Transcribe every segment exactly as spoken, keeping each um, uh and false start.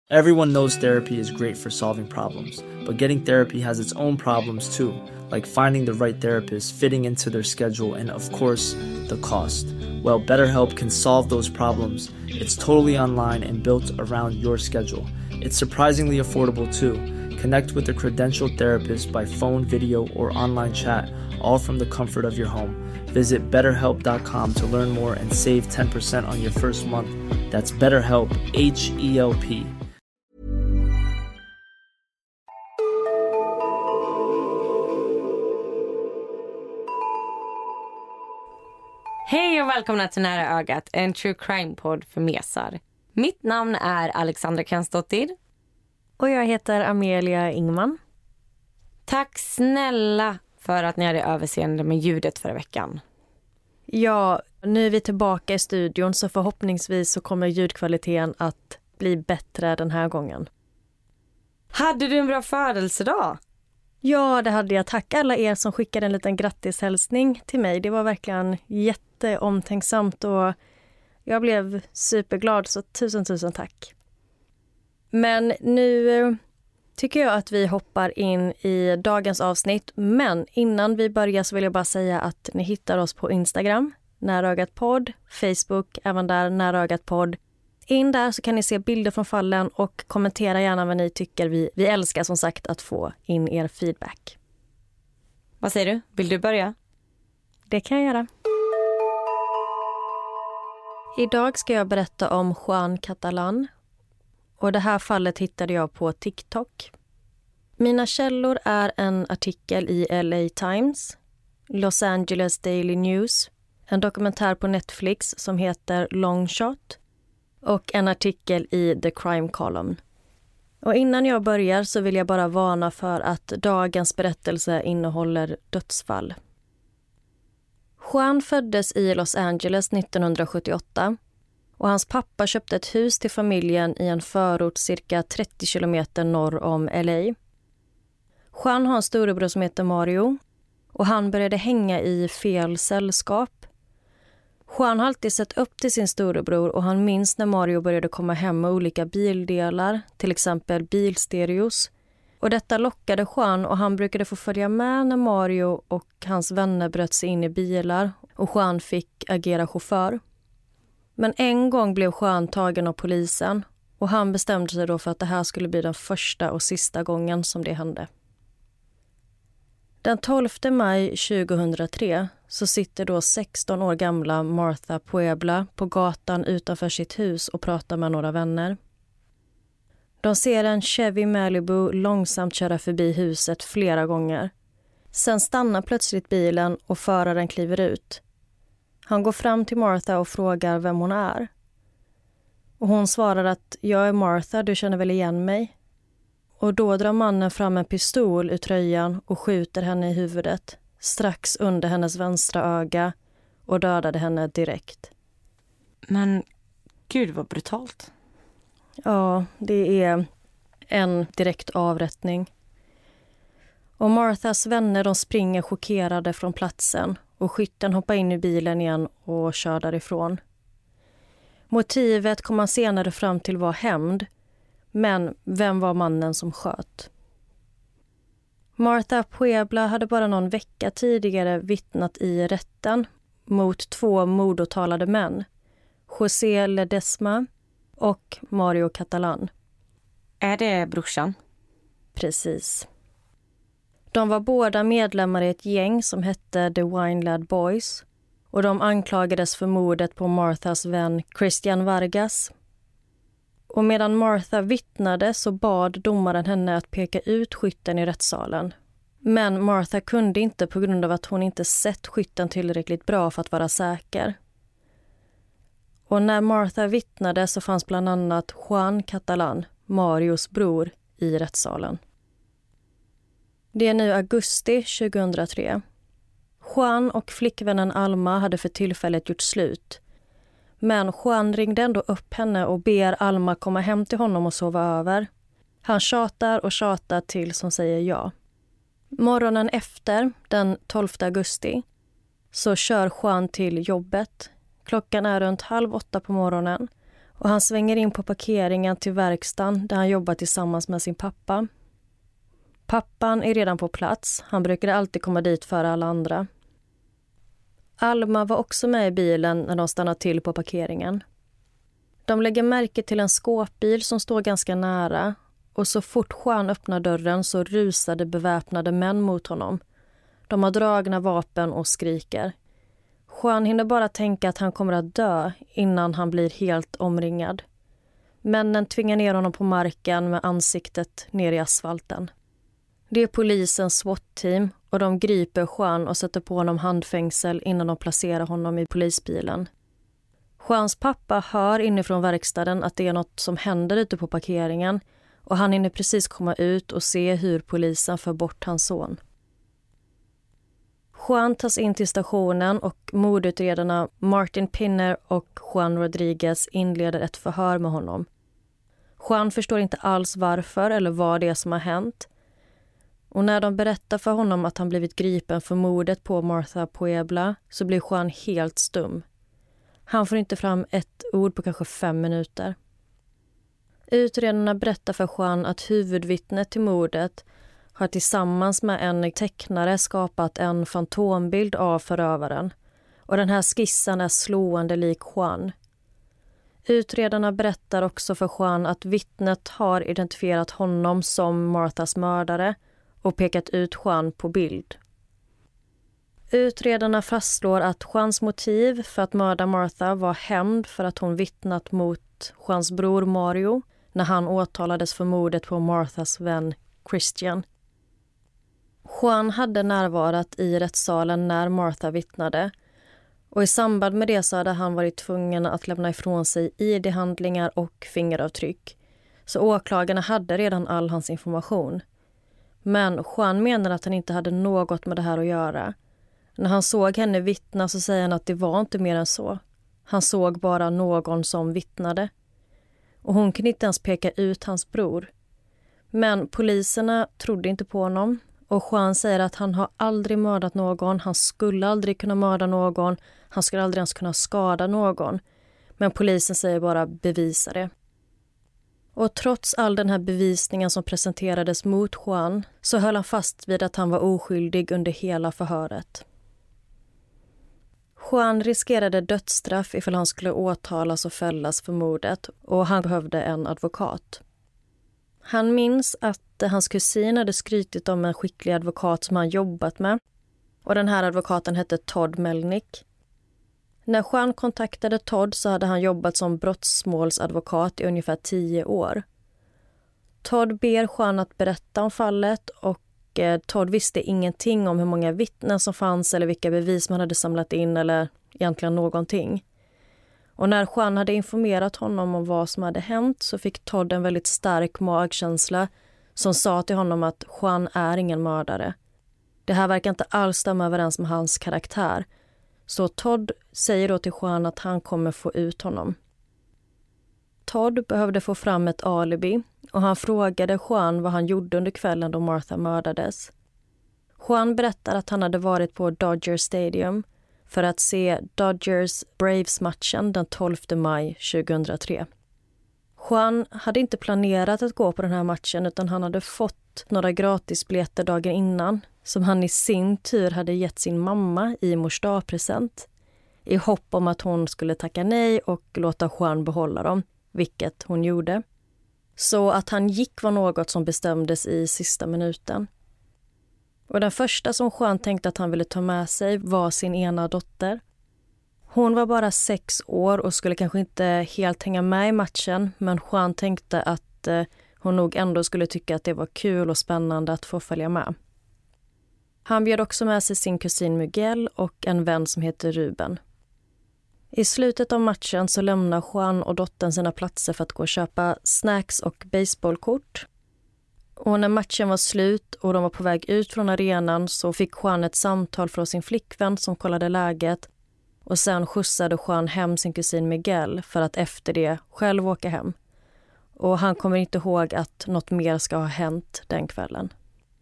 Everyone knows therapy is great for solving problems, but getting therapy has its own problems too, like finding the right therapist, fitting into their schedule, and of course, the cost. Well, BetterHelp can solve those problems. It's totally online and built around your schedule. It's surprisingly affordable too. Connect with a credentialed therapist by phone, video, or online chat, all from the comfort of your home. Visit better help dot com to learn more and save ten percent on your first month. That's BetterHelp, H E L P. Hej och välkomna till Nära ögat, en true crime-podd för mesar. Mitt namn är Alexandra Kensdottir. Och jag heter Amelia Ingman. Tack snälla för att ni hade överseende med ljudet förra veckan. Ja, nu är vi tillbaka i studion så förhoppningsvis så kommer ljudkvaliteten att bli bättre den här gången. Hade du en bra födelsedag? Ja, det hade jag. Tack alla er som skickade en liten grattishälsning till mig. Det var verkligen jätteomtänksamt och jag blev superglad, så tusen tusen tack. Men nu tycker jag att vi hoppar in i dagens avsnitt. Men innan vi börjar så vill jag bara säga att ni hittar oss på Instagram, Närögatpodd, Facebook, även där Närögatpodd. In där så kan ni se bilder från fallen och kommentera gärna vad ni tycker. Vi, vi älskar som sagt att få in er feedback. Vad säger du? Vill du börja? Det kan jag göra. Idag ska jag berätta om Juan Catalan. Och det här fallet hittade jag på TikTok. Mina källor är en artikel i L A Times, Los Angeles Daily News, en dokumentär på Netflix som heter Long Shot och en artikel i The Crime Column. Och innan jag börjar så vill jag bara varna för att dagens berättelse innehåller dödsfall. Juan föddes i Los Angeles nittonhundrasjuttioåtta och hans pappa köpte ett hus till familjen i en förort cirka trettio kilometer norr om L A. Juan har en storebror som heter Mario och han började hänga i fel sällskap. Juan har alltid sett upp till sin storebror och han minns när Mario började komma hem med olika bildelar, till exempel bilstereos. Och detta lockade Juan och han brukade få följa med när Mario och hans vänner bröt sig in i bilar och Juan fick agera chaufför. Men en gång blev Juan tagen av polisen och han bestämde sig då för att det här skulle bli den första och sista gången som det hände. Den tolfte maj tjugohundratre så sitter då sexton år gamla Martha Puebla på gatan utanför sitt hus och pratar med några vänner. De ser en Chevy Malibu långsamt köra förbi huset flera gånger. Sen stannar plötsligt bilen och föraren kliver ut. Han går fram till Martha och frågar vem hon är. Och hon svarar att jag är Martha, du känner väl igen mig? Och då drar mannen fram en pistol ur tröjan och skjuter henne i huvudet, strax under hennes vänstra öga och dödade henne direkt. Men gud vad brutalt. Ja, det är en direkt avrättning. Och Marthas vänner de springer chockerade från platsen och skytten hoppar in i bilen igen och kör därifrån. Motivet kom man senare fram till var hämnd. Men vem var mannen som sköt? Martha Puebla hade bara någon vecka tidigare vittnat i rätten mot två mordåtalade män, José Ledesma och Mario Catalan. Är det brorsan? Precis. De var båda medlemmar i ett gäng som hette The Winelad Boys och de anklagades för mordet på Marthas vän Christian Vargas. Och medan Martha vittnade så bad domaren henne att peka ut skytten i rättssalen. Men Martha kunde inte på grund av att hon inte sett skytten tillräckligt bra för att vara säker. Och när Martha vittnade så fanns bland annat Juan Catalan, Marios bror, i rättssalen. Det är nu augusti tjugohundratre. Juan och flickvännen Alma hade för tillfället gjort slut. Men Juan ringde ändå upp henne och ber Alma komma hem till honom och sova över. Han tjatar och tjatar till som säger ja. Morgonen efter, den tolfte augusti, så kör Juan till jobbet. Klockan är runt halv åtta på morgonen Och han svänger in på parkeringen till verkstaden där han jobbar tillsammans med sin pappa. Pappan är redan på plats. Han brukade alltid komma dit före alla andra. Alma var också med i bilen när de stannar till på parkeringen. De lägger märke till en skåpbil som står ganska nära. Och så fort Juan öppnar dörren så rusade beväpnade män mot honom. De har dragna vapen och skriker. Juan hinner bara tänka att han kommer att dö innan han blir helt omringad. Männen tvingar ner honom på marken med ansiktet ner i asfalten. Det är polisens SWAT-team och de griper Juan och sätter på honom handfängsel innan de placerar honom i polisbilen. Juans pappa hör inifrån verkstaden att det är något som händer ute på parkeringen och han hinner precis komma ut och se hur polisen för bort hans son. Juan tas in till stationen och mordutredarna Martin Pinner och Juan Rodriguez inleder ett förhör med honom. Juan förstår inte alls varför eller vad det är som har hänt. Och när de berättar för honom att han blivit gripen för mordet på Martha Puebla så blir Juan helt stum. Han får inte fram ett ord på kanske fem minuter. Utredarna berättar för Juan att huvudvittnet till mordet har tillsammans med en tecknare skapat en fantombild av förövaren. Och den här skissen är slående lik Juan. Utredarna berättar också för Juan att vittnet har identifierat honom som Marthas mördare och pekat ut Juan på bild. Utredarna fastslår att Juans motiv för att mörda Martha var hämnd för att hon vittnat mot Juans bror Mario när han åtalades för mordet på Marthas vän Christian. Juan hade närvarat i rättssalen när Martha vittnade och i samband med det så hade han varit tvungen att lämna ifrån sig I D-handlingar och fingeravtryck. Så åklagarna hade redan all hans information. Men Juan menar att han inte hade något med det här att göra. När han såg henne vittna så säger han att det var inte mer än så. Han såg bara någon som vittnade. Och hon kunde inte ens peka ut hans bror. Men poliserna trodde inte på honom. Och Juan säger att han har aldrig mördat någon. Han skulle aldrig kunna mörda någon. Han skulle aldrig ens kunna skada någon. Men polisen säger bara bevisa det. Och trots all den här bevisningen som presenterades mot Juan så höll han fast vid att han var oskyldig under hela förhöret. Juan riskerade dödsstraff ifall han skulle åtalas och fällas för mordet och han behövde en advokat. Han minns att hans kusin hade skrytit om en skicklig advokat som han jobbat med och den här advokaten hette Todd Melnick. När Juan kontaktade Todd så hade han jobbat som brottsmålsadvokat i ungefär tio år. Todd ber Juan att berätta om fallet och eh, Todd visste ingenting om hur många vittnen som fanns eller vilka bevis man hade samlat in eller egentligen någonting. Och när Juan hade informerat honom om vad som hade hänt så fick Todd en väldigt stark magkänsla som sa till honom att Juan är ingen mördare. Det här verkar inte alls stämma överens med hans karaktär. Så Todd säger då till Juan att han kommer få ut honom. Todd behövde få fram ett alibi och han frågade Juan vad han gjorde under kvällen då Martha mördades. Juan berättar att han hade varit på Dodger Stadium för att se Dodgers Braves-matchen den tolfte maj tjugohundratre. Juan hade inte planerat att gå på den här matchen utan han hade fått några gratisbiljetter dagen innan som han i sin tur hade gett sin mamma i mors dagpresent i hopp om att hon skulle tacka nej och låta Juan behålla dem, vilket hon gjorde. Så att han gick var något som bestämdes i sista minuten. Och den första som Juan tänkte att han ville ta med sig var sin ena dotter. Hon var bara sex år och skulle kanske inte helt hänga med i matchen, men Juan tänkte att eh, hon nog ändå skulle tycka att det var kul och spännande att få följa med. Han bjöd också med sig sin kusin Miguel och en vän som heter Ruben. I slutet av matchen så lämnar Juan och dottern sina platser för att gå och köpa snacks och baseballkort. Och när matchen var slut och de var på väg ut från arenan så fick Juan ett samtal från sin flickvän som kollade läget. Och sen skjutsade Juan hem sin kusin Miguel för att efter det själv åka hem. Och han kommer inte ihåg att något mer ska ha hänt den kvällen.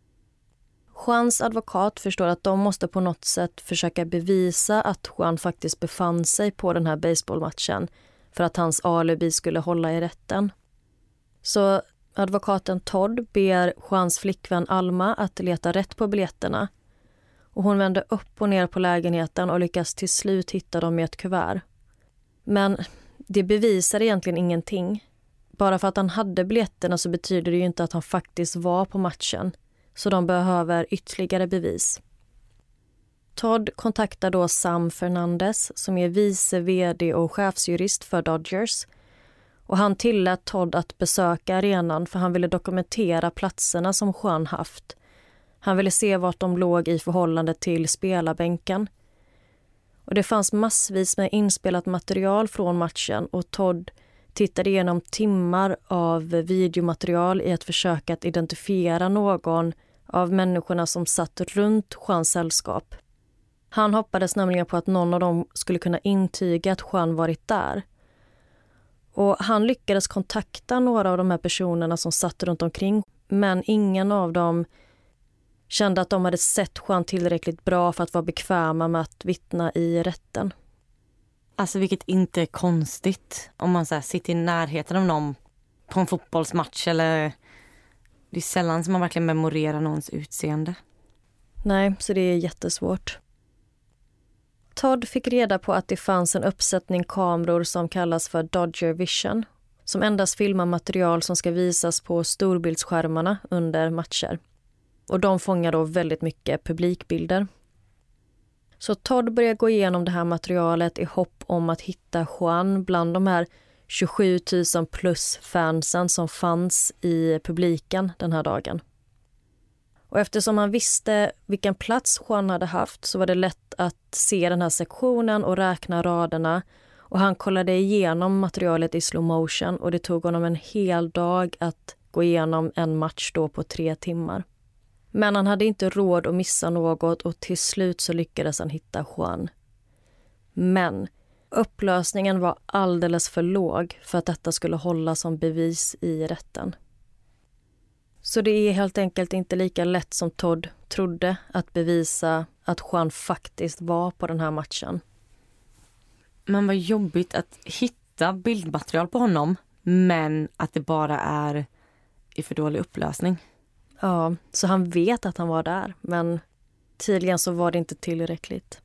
Juans advokat förstår att de måste på något sätt försöka bevisa att Juan faktiskt befann sig på den här baseballmatchen för att hans alibi skulle hålla i rätten. Så advokaten Todd ber Juans flickvän Alma att leta rätt på biljetterna. Och hon vände upp och ner på lägenheten och lyckas till slut hitta dem i ett kuvert. Men det bevisar egentligen ingenting. Bara för att han hade biljetterna så betyder det ju inte att han faktiskt var på matchen. Så de behöver ytterligare bevis. Todd kontaktar då Sam Fernandez som är vice vd och chefsjurist för Dodgers. Och han tillät Todd att besöka arenan för han ville dokumentera platserna som Juan haft. Han ville se vart de låg i förhållande till spelarbänken. Och det fanns massvis med inspelat material från matchen och Todd tittade igenom timmar av videomaterial i ett försök att identifiera någon av människorna som satt runt Juans sällskap. Han hoppades nämligen på att någon av dem skulle kunna intyga att Juan varit där. Och han lyckades kontakta några av de här personerna som satt runt omkring, men ingen av dem kände att de hade sett Juan tillräckligt bra för att vara bekväma med att vittna i rätten. Alltså vilket inte är konstigt om man så här, sitter i närheten av någon på en fotbollsmatch eller det är sällan som man verkligen memorerar någons utseende. Nej, så det är jättesvårt. Todd fick reda på att det fanns en uppsättning kameror som kallas för Dodger Vision som endast filmar material som ska visas på storbildsskärmarna under matcher. Och de fångar då väldigt mycket publikbilder. Så Todd börjar gå igenom det här materialet i hopp om att hitta Juan bland de här tjugosju tusen plus fansen som fanns i publiken den här dagen. Och eftersom han visste vilken plats Juan hade haft så var det lätt att se den här sektionen och räkna raderna. Och han kollade igenom materialet i slow motion och det tog honom en hel dag att gå igenom en match då på tre timmar. Men han hade inte råd att missa något och till slut så lyckades han hitta Juan. Men upplösningen var alldeles för låg för att detta skulle hålla som bevis i rätten. Så det är helt enkelt inte lika lätt som Todd trodde att bevisa att Juan faktiskt var på den här matchen. Men vad jobbigt att hitta bildmaterial på honom men att det bara är i för dålig upplösning. Ja, så han vet att han var där, men tydligen så var det inte tillräckligt.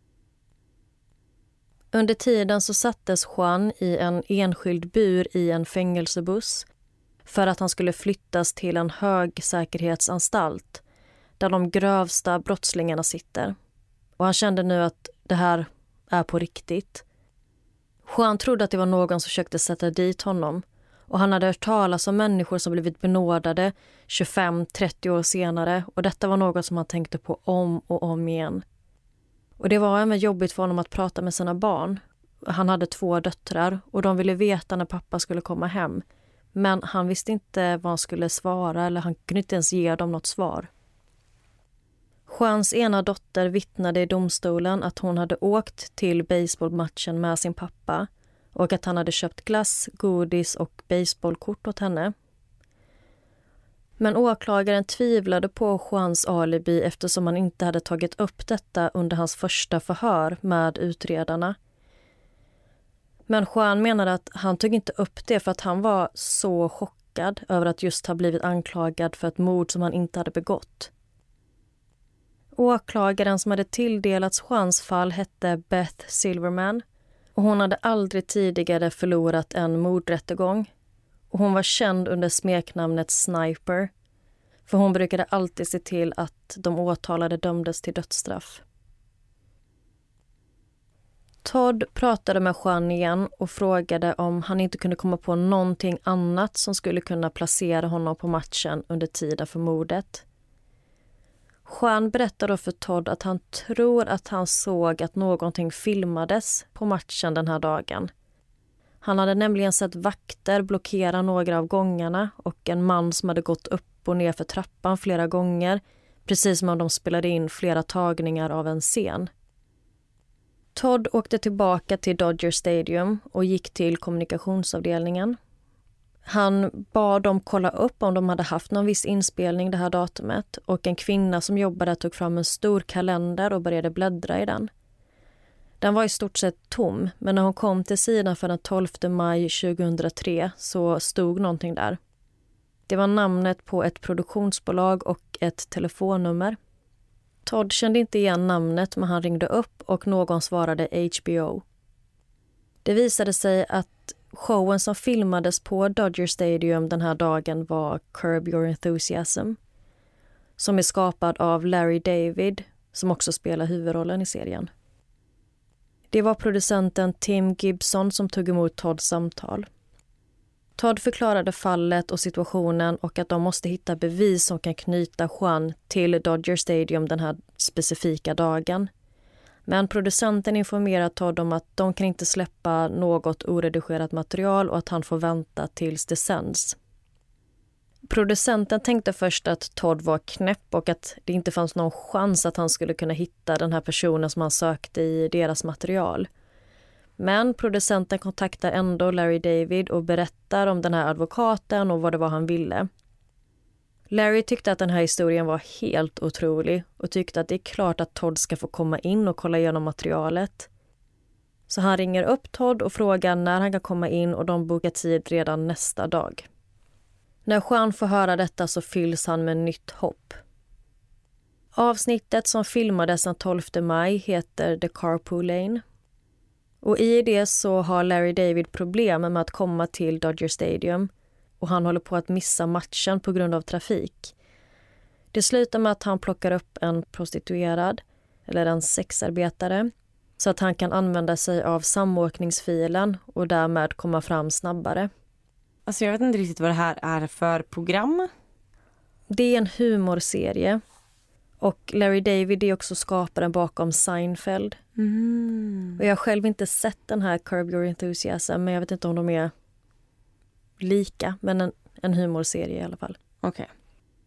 Under tiden så sattes Juan i en enskild bur i en fängelsebuss för att han skulle flyttas till en högsäkerhetsanstalt där de grövsta brottslingarna sitter. Och han kände nu att det här är på riktigt. Juan trodde att det var någon som försökte sätta dit honom. Och han hade hört talas om människor som blivit benådade tjugofem till trettio år senare. Och detta var något som han tänkte på om och om igen. Och det var även jobbigt för honom att prata med sina barn. Han hade två döttrar och de ville veta när pappa skulle komma hem. Men han visste inte vad han skulle svara eller han kunde inte ens ge dem något svar. Juans ena dotter vittnade i domstolen att hon hade åkt till baseballmatchen med sin pappa och att han hade köpt glass, godis och baseballkort åt henne. Men åklagaren tvivlade på Juans alibi eftersom han inte hade tagit upp detta under hans första förhör med utredarna. Men Juan menade att han tog inte upp det för att han var så chockad över att just ha blivit anklagad för ett mord som han inte hade begått. Åklagaren som hade tilldelats Juans fall hette Beth Silverman och hon hade aldrig tidigare förlorat en mordrättegång. Och hon var känd under smeknamnet Sniper för hon brukade alltid se till att de åtalade dömdes till dödsstraff. Todd pratade med Juan igen och frågade om han inte kunde komma på någonting annat som skulle kunna placera honom på matchen under tiden för mordet. Juan berättade för Todd att han tror att han såg att någonting filmades på matchen den här dagen. Han hade nämligen sett vakter blockera några av gångarna och en man som hade gått upp och ner för trappan flera gånger, precis som om de spelade in flera tagningar av en scen. Todd åkte tillbaka till Dodger Stadium och gick till kommunikationsavdelningen. Han bad dem kolla upp om de hade haft någon viss inspelning det här datumet och en kvinna som jobbade tog fram en stor kalender och började bläddra i den. Den var i stort sett tom, men när hon kom till sidan för den tolfte maj tjugohundratre så stod någonting där. Det var namnet på ett produktionsbolag och ett telefonnummer. Todd kände inte igen namnet, men han ringde upp och någon svarade H B O. Det visade sig att showen som filmades på Dodger Stadium den här dagen var Curb Your Enthusiasm, som är skapad av Larry David, som också spelar huvudrollen i serien. Det var producenten Tim Gibson som tog emot Todds samtal. Todd förklarade fallet och situationen och att de måste hitta bevis som kan knyta Juan till Dodger Stadium den här specifika dagen. Men producenten informerar Todd om att de kan inte släppa något oredigerat material och att han får vänta tills det sänds. Producenten tänkte först att Todd var knäpp och att det inte fanns någon chans att han skulle kunna hitta den här personen som han sökte i deras material. Men producenten kontaktar ändå Larry David och berättar om den här advokaten och vad det var han ville. Larry tyckte att den här historien var helt otrolig och tyckte att det är klart att Todd ska få komma in och kolla igenom materialet. Så han ringer upp Todd och frågar när han kan komma in och de bokar tid redan nästa dag. När Juan får höra detta så fylls han med nytt hopp. Avsnittet som filmades den tolfte maj heter The Carpool Lane. Och i det så har Larry David problem med att komma till Dodger Stadium och han håller på att missa matchen på grund av trafik. Det slutar med att han plockar upp en prostituerad eller en sexarbetare så att han kan använda sig av samåkningsfilen och därmed komma fram snabbare. Alltså jag vet inte riktigt vad det här är för program. Det är en humorserie. Och Larry David är också skaparen bakom Seinfeld. Mm. Och jag har själv inte sett den här Curb Your Enthusiasm, men jag vet inte om de är lika. Men en, en humorserie i alla fall. Okej. Okay.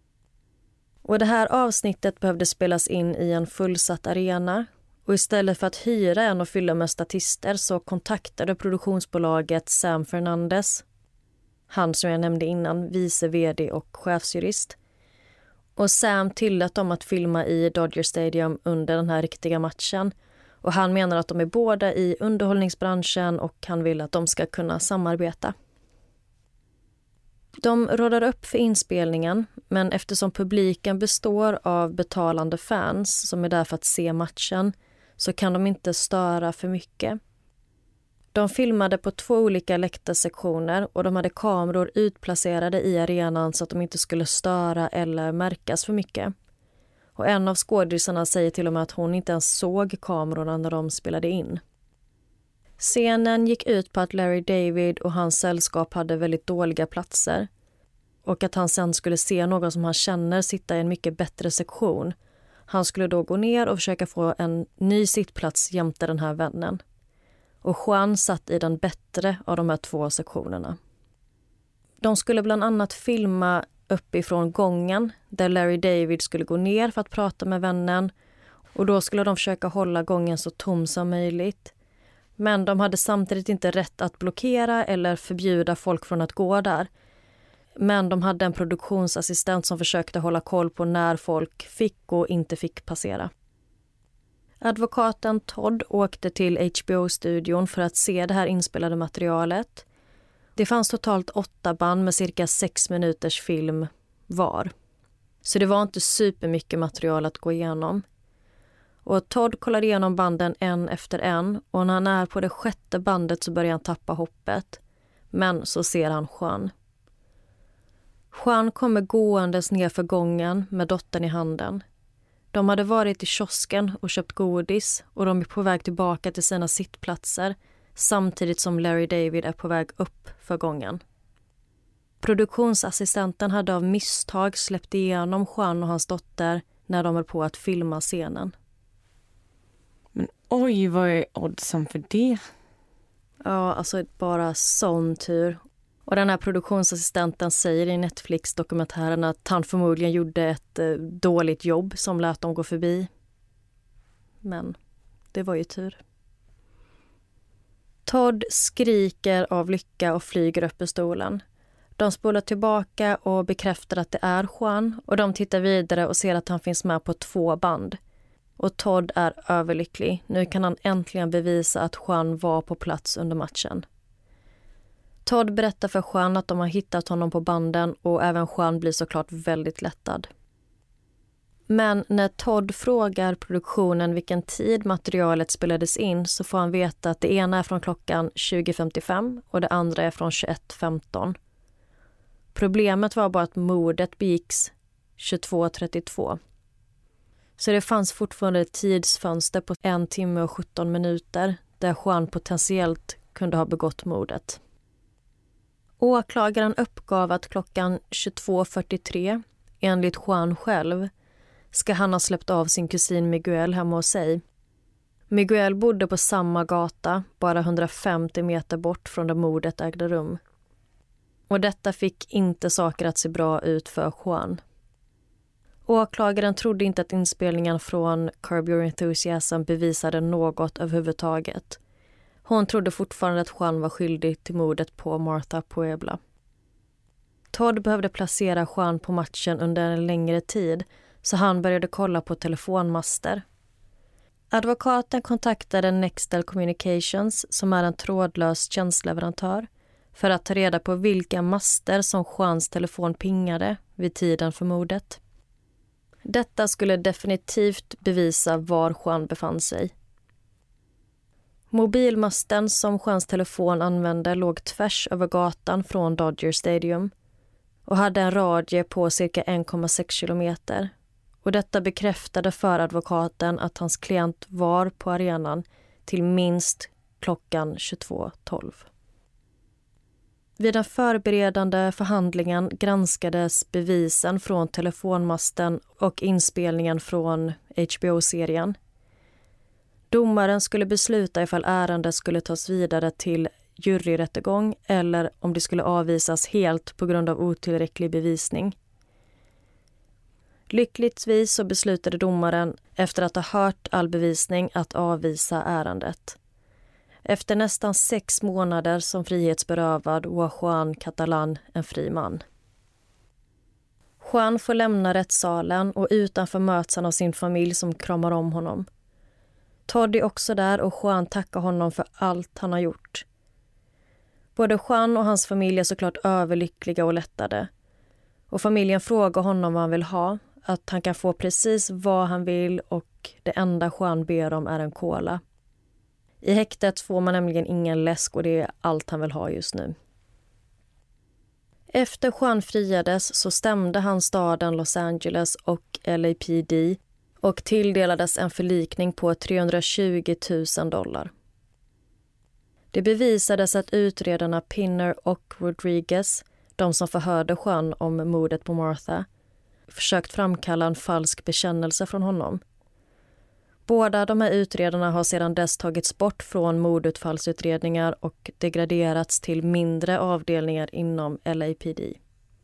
Och det här avsnittet behövde spelas in i en fullsatt arena. Och istället för att hyra en och fylla med statister så kontaktade produktionsbolaget Sam Fernandez. Han som jag nämnde innan, vice vd och chefsjurist. Och Sam tillät dem att filma i Dodger Stadium under den här riktiga matchen. Och han menar att de är båda i underhållningsbranschen och han vill att de ska kunna samarbeta. De rådar upp för inspelningen, men eftersom publiken består av betalande fans som är där för att se matchen så kan de inte störa för mycket. De filmade på två olika läktarsektioner och de hade kameror utplacerade i arenan så att de inte skulle störa eller märkas för mycket. Och en av skådisarna säger till och med att hon inte ens såg kamerorna när de spelade in. Scenen gick ut på att Larry David och hans sällskap hade väldigt dåliga platser och att han sen skulle se någon som han känner sitta i en mycket bättre sektion. Han skulle då gå ner och försöka få en ny sittplats jämte den här vännen. Och Juan satt i den bättre av de här två sektionerna. De skulle bland annat filma uppifrån gången där Larry David skulle gå ner för att prata med vännen. Och då skulle de försöka hålla gången så tom som möjligt. Men de hade samtidigt inte rätt att blockera eller förbjuda folk från att gå där. Men de hade en produktionsassistent som försökte hålla koll på när folk fick och inte fick passera. Advokaten Todd åkte till H B O-studion för att se det här inspelade materialet. Det fanns totalt åtta band med cirka sex minuters film var. Så det var inte supermycket material att gå igenom. Och Todd kollade igenom banden en efter en och när han är på det sjätte bandet så börjar han tappa hoppet. Men så ser han Juan. Juan kommer gåendes ner för gången med dottern i handen. De hade varit i kiosken och köpt godis och de är på väg tillbaka till sina sittplatser samtidigt som Larry David är på väg upp för gången. Produktionsassistenten hade av misstag släppt igenom Juan och hans dotter när de höll på att filma scenen. Men oj, vad är oddsen för det? Ja, alltså bara sån tur. Och den här produktionsassistenten säger i Netflix-dokumentären att han förmodligen gjorde ett eh, dåligt jobb som lät dem gå förbi. Men det var ju tur. Todd skriker av lycka och flyger upp ur stolen. De spolar tillbaka och bekräftar att det är Juan och de tittar vidare och ser att han finns med på två band. och Todd är överlycklig. Nu kan han äntligen bevisa att Juan var på plats under matchen. Todd berättar för Juan att de har hittat honom på banden och även Juan blir såklart väldigt lättad. Men när Todd frågar produktionen vilken tid materialet spelades in så får han veta att det ena är från klockan tjugo femtiofem och det andra är från tjugoett femton. Problemet var bara att mordet begicks tjugotvå trettiotvå. Så det fanns fortfarande ett tidsfönster på en timme och sjutton minuter där Juan potentiellt kunde ha begått mordet. Åklagaren uppgav att klockan tjugotvå fyrtiotre, enligt Juan själv, ska han ha släppt av sin kusin Miguel hemma hos sig. Miguel bodde på samma gata, bara hundrafemtio meter bort från där mordet ägde rum. Och detta fick inte saker att se bra ut för Juan. Åklagaren trodde inte att inspelningen från Curb Your Enthusiasm bevisade något överhuvudtaget. Hon trodde fortfarande att Juan var skyldig till mordet på Martha Puebla. Todd behövde placera Juan på matchen under en längre tid så han började kolla på telefonmaster. Advokaten kontaktade Nextel Communications som är en trådlös tjänstleverantör för att ta reda på vilka master som Juans telefon pingade vid tiden för mordet. Detta skulle definitivt bevisa var Juan befann sig. Mobilmasten som Juans telefon använde låg tvärs över gatan från Dodger Stadium och hade en radie på cirka en komma sex kilometer. Och detta bekräftade för advokaten att hans klient var på arenan till minst klockan tjugotvå tolv. Vid den förberedande förhandlingen granskades bevisen från telefonmasten och inspelningen från H B O-serien. Domaren skulle besluta ifall ärendet skulle tas vidare till juryrättegång eller om det skulle avvisas helt på grund av otillräcklig bevisning. Lyckligtvis så beslutade domaren efter att ha hört all bevisning att avvisa ärendet. Efter nästan sex månader som frihetsberövad var Juan Catalan en fri man. Juan får lämna rättssalen och utanför möts han av sin familj som kramar om honom. Todd är också där och Juan tackar honom för allt han har gjort. Både Juan och hans familj är såklart överlyckliga och lättade. Och familjen frågar honom vad han vill ha, att han kan få precis vad han vill och det enda Juan ber om är en cola. I häktet får man nämligen ingen läsk och det är allt han vill ha just nu. Efter Juan friades så stämde han staden Los Angeles och L A P D och tilldelades en förlikning på trehundratjugo tusen dollar. Det bevisades att utredarna Pinner och Rodriguez, de som förhörde Juan om mordet på Martha, försökt framkalla en falsk bekännelse från honom. Båda de här utredarna har sedan dess tagits bort från mordutfallsutredningar och degraderats till mindre avdelningar inom L A P D.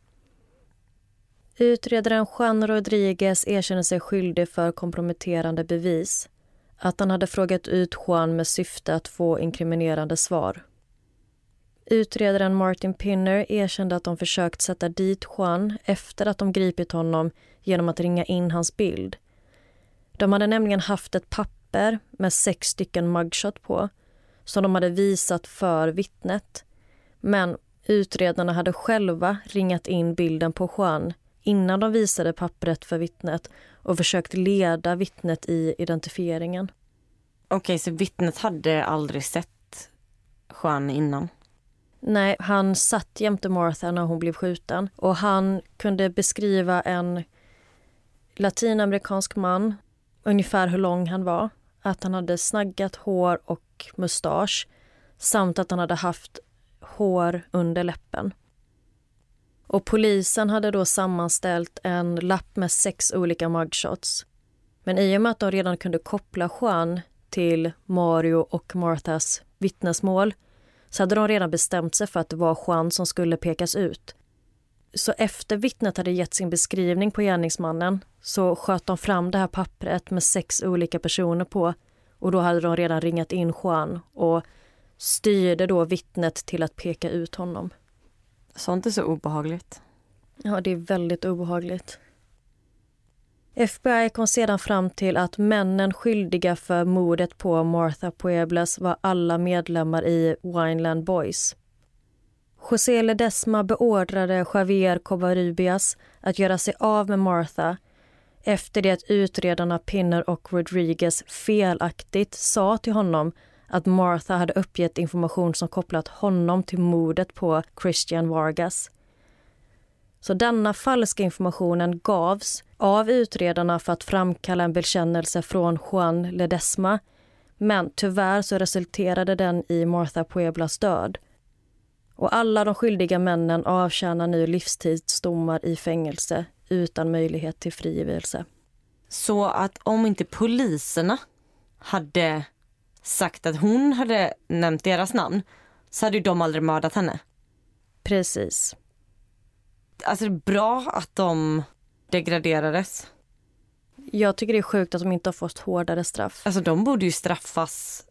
Utredaren Juan Rodriguez erkänner sig skyldig för komprometterande bevis, att han hade frågat ut Juan med syfte att få inkriminerande svar. Utredaren Martin Pinner erkände att de försökt sätta dit Juan efter att de gripit honom genom att ringa in hans bild. De hade nämligen haft ett papper med sex stycken mugshot på som de hade visat för vittnet. Men utredarna hade själva ringat in bilden på Juan innan de visade pappret för vittnet och försökt leda vittnet i identifieringen. Okej, så vittnet hade aldrig sett Juan innan? Nej, han satt jämte Martha när hon blev skjuten och han kunde beskriva en latinamerikansk man, ungefär hur lång han var, att han hade snaggat hår och mustasch samt att han hade haft hår under läppen. Och polisen hade då sammanställt en lapp med sex olika mugshots. Men i och med att de redan kunde koppla Juan till Mario och Marthas vittnesmål så hade de redan bestämt sig för att det var Juan som skulle pekas ut. Så efter vittnet hade gett sin beskrivning på gärningsmannen så sköt de fram det här pappret med sex olika personer på och då hade de redan ringat in Juan och styrde då vittnet till att peka ut honom. Sånt är så obehagligt. Ja, det är väldigt obehagligt. F B I kom sedan fram till att männen skyldiga för mordet på Martha Pueblas var alla medlemmar i Wineland Boys. José Ledesma beordrade Javier Covarrubias att göra sig av med Martha efter det att utredarna Pinner och Rodriguez felaktigt sa till honom att Martha hade uppgett information som kopplat honom till mordet på Christian Vargas. Så denna falska informationen gavs av utredarna för att framkalla en bekännelse från Juan Ledesma, men tyvärr så resulterade den i Martha Pueblas död. Och alla de skyldiga männen avtjänar nu livstidsdomar i fängelse utan möjlighet till frigivelse. Så att om inte poliserna hade sagt att hon hade nämnt deras namn så hade ju de aldrig mördat henne. Precis. Alltså det är bra att de degraderades. Jag tycker det är sjukt att de inte har fått hårdare straff. Alltså de borde ju straffas.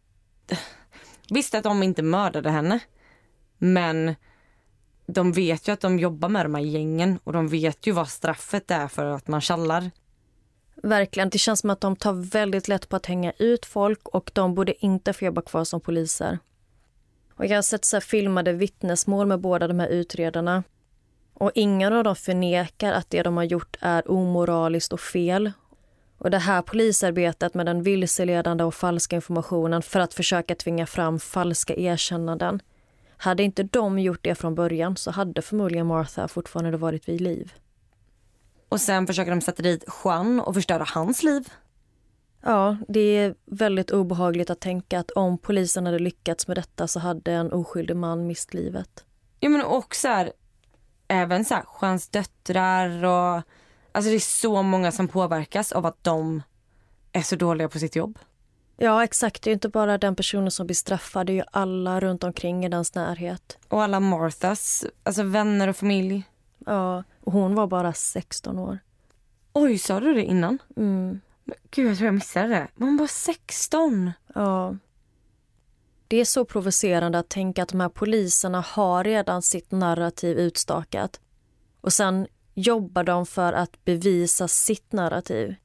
Visst att de inte mördade henne. Men de vet ju att de jobbar med de här gängen. Och de vet ju vad straffet är för att man kallar. Verkligen, det känns som att de tar väldigt lätt på att hänga ut folk. Och de borde inte få jobba kvar som poliser. Och jag har sett så här filmade vittnesmål med båda de här utredarna. Och ingen av dem förnekar att det de har gjort är omoraliskt och fel. Och det här polisarbetet med den vilseledande och falska informationen för att försöka tvinga fram falska erkännanden. Hade inte de gjort det från början så hade förmodligen Martha fortfarande varit vid liv. Och sen försöker de sätta dit Juan och förstöra hans liv. Ja, det är väldigt obehagligt att tänka att om polisen hade lyckats med detta så hade en oskyldig man mist livet. Ja, men också här, även så här, Juans döttrar och alltså det är så många som påverkas av att de är så dåliga på sitt jobb. Ja, exakt. Det är inte bara den personen som blir straffad, det är ju alla runt omkring i dens närhet. Och alla Marthas, alltså vänner och familj. Ja, och hon var bara sexton år. Oj, sa du det innan? Mm. Gud, jag tror jag missade det. Men hon var sexton. Ja. Det är så provocerande att tänka att de här poliserna har redan sitt narrativ utstakat. Och sen jobbar de för att bevisa sitt narrativ.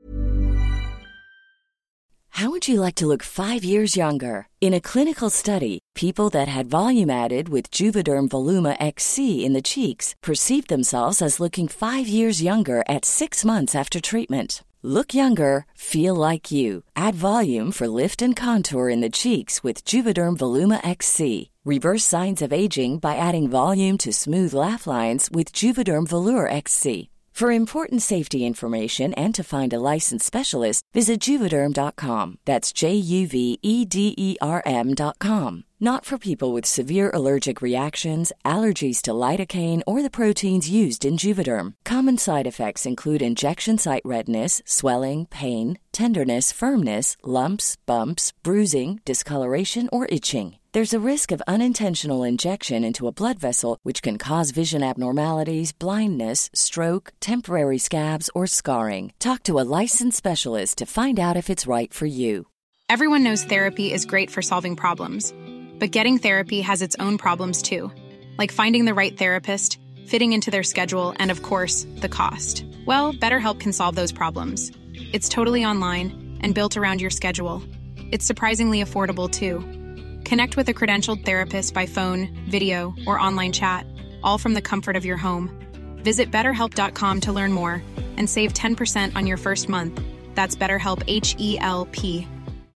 How would you like to look five years younger? In a clinical study, people that had volume added with Juvederm Voluma X C in the cheeks perceived themselves as looking five years younger at six months after treatment. Look younger, feel like you. Add volume for lift and contour in the cheeks with Juvederm Voluma X C. Reverse signs of aging by adding volume to smooth laugh lines with Juvederm Volure X C. For important safety information and to find a licensed specialist, visit Juvederm dot com. That's J U V E D E R M dot com. Not for people with severe allergic reactions, allergies to lidocaine, or the proteins used in Juvederm. Common side effects include injection site redness, swelling, pain, tenderness, firmness, lumps, bumps, bruising, discoloration, or itching. There's a risk of unintentional injection into a blood vessel, which can cause vision abnormalities, blindness, stroke, temporary scabs, or scarring. Talk to a licensed specialist to find out if it's right for you. Everyone knows therapy is great for solving problems. But getting therapy has its own problems too. Like finding the right therapist, fitting into their schedule, and of course, the cost. Well, BetterHelp can solve those problems. It's totally online and built around your schedule. It's surprisingly affordable too. Connect with a credentialed therapist by phone, video, or online chat, all from the comfort of your home. Visit better help dot com to learn more and save ten percent on your first month. That's BetterHelp, H E L P.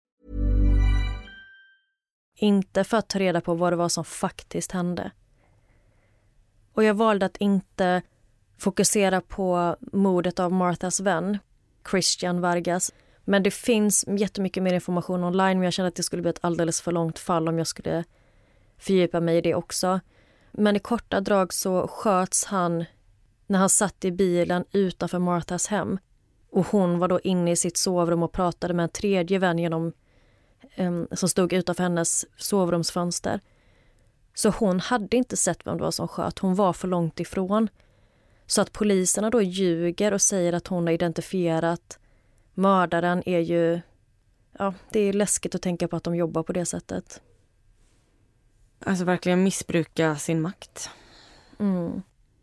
Inte för att ta reda på vad det var som faktiskt hände. Och jag valde att inte fokusera på mordet av Marthas vän, Christian Vargas. Men det finns jättemycket mer information online, men jag kände att det skulle bli ett alldeles för långt fall om jag skulle fördjupa mig i det också. Men i korta drag så sköts han när han satt i bilen utanför Marthas hem. Och hon var då inne i sitt sovrum och pratade med en tredje vän genom, um, som stod utanför hennes sovrumsfönster. Så hon hade inte sett vem det var som sköt. Hon var för långt ifrån. Så att poliserna då ljuger och säger att hon har identifierat mördaren är ju... Ja, det är läskigt att tänka på att de jobbar på det sättet. Alltså verkligen missbruka sin makt. Mm.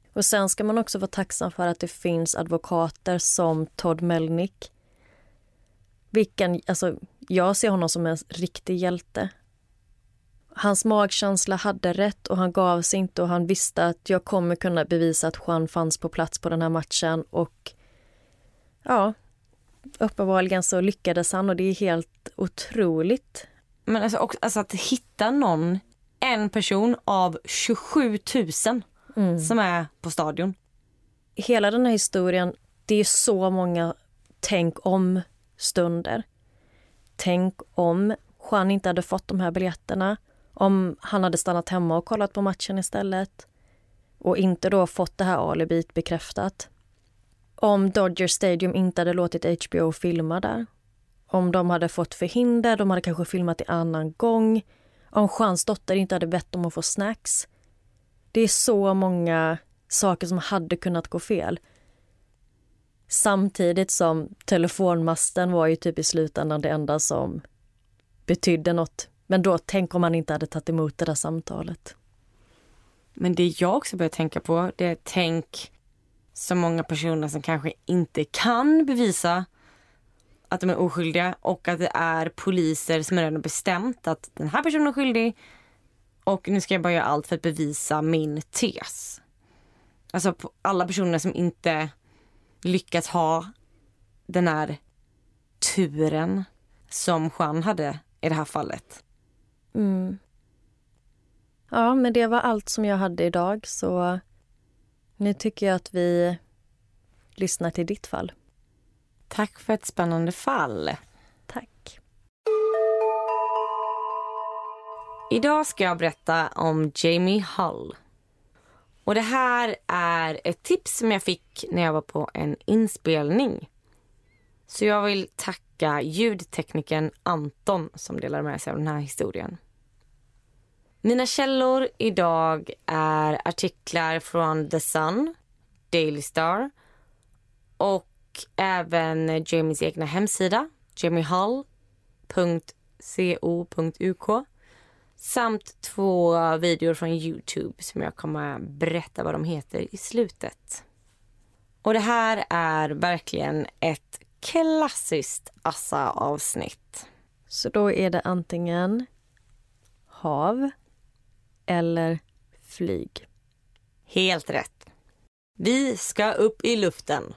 Och sen ska man också vara tacksam för att det finns advokater som Todd Melnick. Vilken, alltså, jag ser honom som en riktig hjälte. Hans magkänsla hade rätt och han gav sig inte och han visste att jag kommer kunna bevisa att Juan fanns på plats på den här matchen. Och ja, uppenbarligen så lyckades han och det är helt otroligt. Men alltså, också, alltså att hitta någon, en person av tjugosju tusen mm. som är på stadion. Hela den här historien, det är så många tänk om stunder. Tänk om Juan inte hade fått de här biljetterna. Om han hade stannat hemma och kollat på matchen istället. Och inte då fått det här alibit bekräftat. Om Dodger Stadium inte hade låtit H B O filma där. Om de hade fått förhinder, de hade kanske filmat i annan gång. Om Juans dotter inte hade bett om att få snacks. Det är så många saker som hade kunnat gå fel. Samtidigt som telefonmasten var ju typ i slutändan det enda som betydde något. Men då tänk om man inte hade tagit emot det där samtalet. Men det jag också börjar tänka på, det är tänk så många personer som kanske inte kan bevisa att de är oskyldiga och att det är poliser som redan bestämt att den här personen är skyldig och nu ska jag bara göra allt för att bevisa min tes. Alltså alla personer som inte lyckats ha den här turen som Juan hade i det här fallet. Mm. Ja, men det var allt som jag hade idag så nu tycker jag att vi lyssnar till ditt fall. Tack för ett spännande fall. Tack. Idag ska jag berätta om Jamie Hull. Och det här är ett tips som jag fick när jag var på en inspelning. Så jag vill tacka ljudteknikern Anton som delar med sig av den här historien. Mina källor idag är artiklar från The Sun, Daily Star och även Jamies egna hemsida jamiehull punkt co punkt uk samt två videor från YouTube som jag kommer berätta vad de heter i slutet. Och det här är verkligen ett klassiskt Assa-avsnitt. Så då är det antingen hav eller flyg. Helt rätt. Vi ska upp i luften.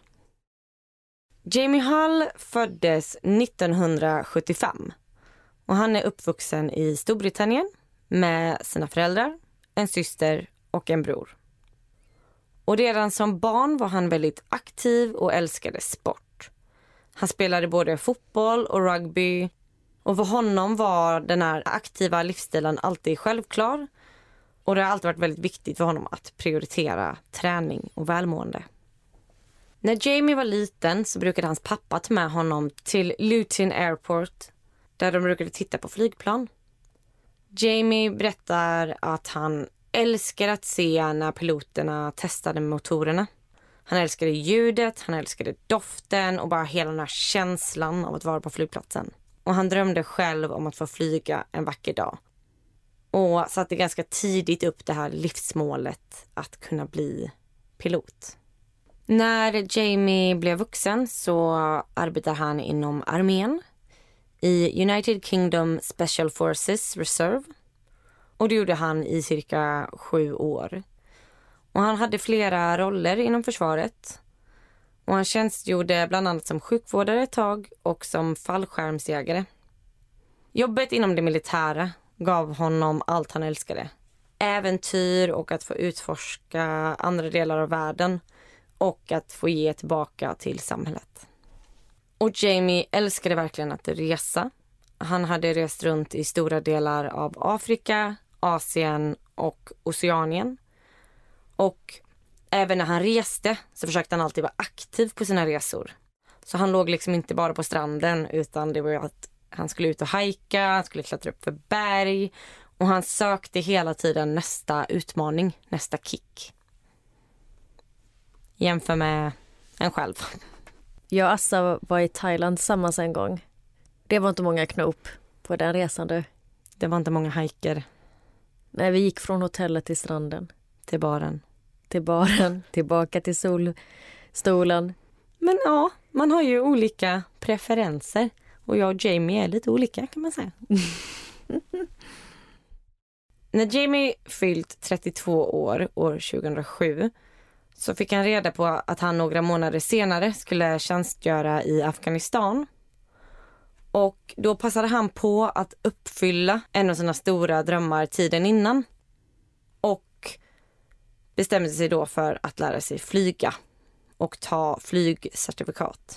Jamie Hull föddes nittonhundrasjuttiofem och han är uppvuxen i Storbritannien med sina föräldrar, en syster och en bror. Och redan som barn var han väldigt aktiv och älskade sport. Han spelade både fotboll och rugby och för honom var den här aktiva livsstilen alltid självklar. Och det har alltid varit väldigt viktigt för honom att prioritera träning och välmående. När Jamie var liten så brukade hans pappa ta med honom till Luton Airport där de brukade titta på flygplan. Jamie berättar att han älskar att se när piloterna testade motorerna. Han älskade ljudet, han älskade doften och bara hela den här känslan av att vara på flygplatsen. Och han drömde själv om att få flyga en vacker dag. Och satte ganska tidigt upp det här livsmålet att kunna bli pilot. När Jamie blev vuxen så arbetar han inom armén i United Kingdom Special Forces Reserve. Och det gjorde han i cirka sju år. Och han hade flera roller inom försvaret. Och han tjänstgjorde bland annat som sjukvårdare ett tag och som fallskärmsjägare. Jobbet inom det militära gav honom allt han älskade. Äventyr och att få utforska andra delar av världen. Och att få ge tillbaka till samhället. Och Jamie älskade verkligen att resa. Han hade rest runt i stora delar av Afrika, Asien och Oceanien. Och även när han reste så försökte han alltid vara aktiv på sina resor. Så han låg liksom inte bara på stranden utan det var ju att han skulle ut och hajka, han skulle klättra upp för berg. Och han sökte hela tiden nästa utmaning, nästa kick. Jämför med en själv. Jag och Assa var i Thailand tillsammans en gång. Det var inte många knop på den resan du. Det var inte många hajker. Nej, vi gick från hotellet till stranden. Till baren. till baren, tillbaka till solstolen. Men ja, man har ju olika preferenser. Och jag och Jamie är lite olika, kan man säga. När Jamie fyllt trettiotvå år, år tjugohundrasju, så fick han reda på att han några månader senare skulle tjänstgöra i Afghanistan. Och då passade han på att uppfylla en av sina stora drömmar tiden innan. Och bestämde sig då för att lära sig flyga och ta flygcertifikat.